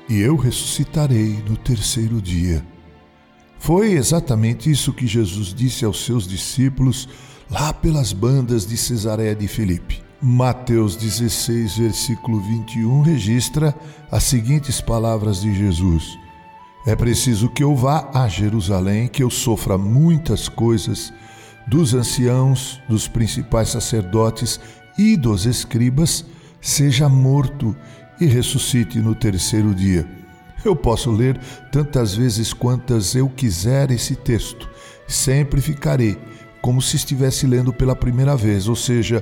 e eu ressuscitarei no terceiro dia. Foi exatamente isso que Jesus disse aos seus discípulos lá pelas bandas de Cesareia de Filipe. Mateus 16, versículo 21, registra as seguintes palavras de Jesus: é preciso que eu vá a Jerusalém, que eu sofra muitas coisas dos anciãos, dos principais sacerdotes e dos escribas, seja morto e ressuscite no terceiro dia. Eu posso ler tantas vezes quantas eu quiser esse texto. Sempre ficarei como se estivesse lendo pela primeira vez, ou seja,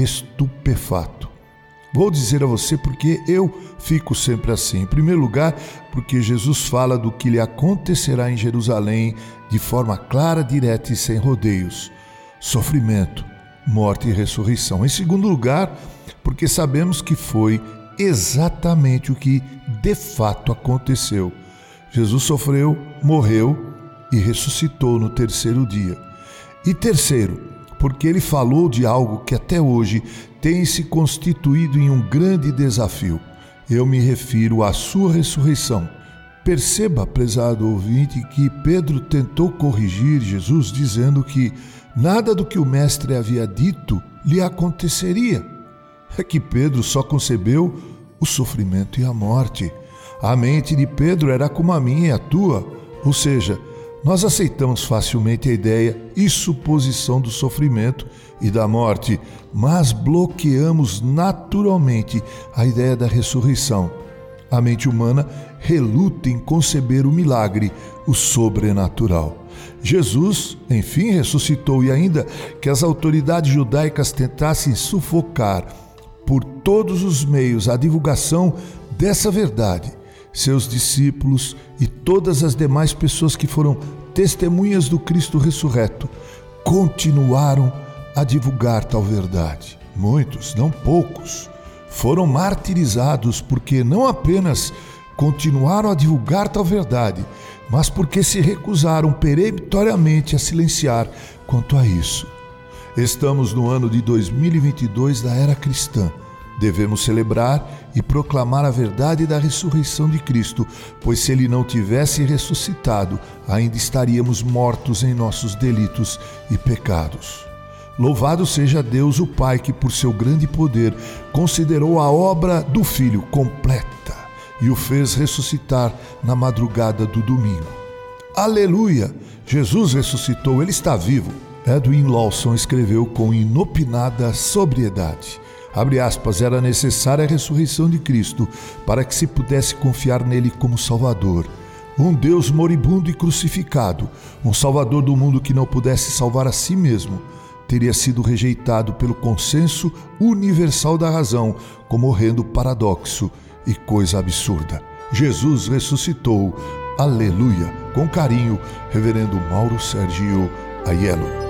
estupefato. Vou dizer a você porque eu fico sempre assim. Em primeiro lugar, porque Jesus fala do que lhe acontecerá em Jerusalém de forma clara, direta e sem rodeios: sofrimento, morte e ressurreição. Em segundo lugar, porque sabemos que foi exatamente o que de fato aconteceu. Jesus sofreu, morreu e ressuscitou no terceiro dia. E terceiro, porque ele falou de algo que até hoje tem se constituído em um grande desafio. Eu me refiro à sua ressurreição. Perceba, prezado ouvinte, que Pedro tentou corrigir Jesus dizendo que nada do que o mestre havia dito lhe aconteceria. É que Pedro só concebeu o sofrimento e a morte. A mente de Pedro era como a minha e a tua, ou seja, nós aceitamos facilmente a ideia e suposição do sofrimento e da morte, mas bloqueamos naturalmente a ideia da ressurreição. A mente humana reluta em conceber o milagre, o sobrenatural. Jesus, enfim, ressuscitou, e ainda que as autoridades judaicas tentassem sufocar por todos os meios a divulgação dessa verdade, seus discípulos e todas as demais pessoas que foram testemunhas do Cristo ressurreto continuaram a divulgar tal verdade. Muitos, não poucos, foram martirizados porque não apenas continuaram a divulgar tal verdade, mas porque se recusaram peremptoriamente a silenciar quanto a isso. Estamos no ano de 2022 da era cristã. Devemos celebrar e proclamar a verdade da ressurreição de Cristo, pois se Ele não tivesse ressuscitado, ainda estaríamos mortos em nossos delitos e pecados. Louvado seja Deus, o Pai, que por seu grande poder considerou a obra do Filho completa e o fez ressuscitar na madrugada do domingo. Aleluia! Jesus ressuscitou, Ele está vivo. Edwin Lawson escreveu com inopinada sobriedade. Abre aspas, era necessária a ressurreição de Cristo para que se pudesse confiar nele como Salvador. Um Deus moribundo e crucificado, um Salvador do mundo que não pudesse salvar a si mesmo, teria sido rejeitado pelo consenso universal da razão como horrendo paradoxo e coisa absurda. Jesus ressuscitou. Aleluia! Com carinho, Reverendo Mauro Sérgio Aiello.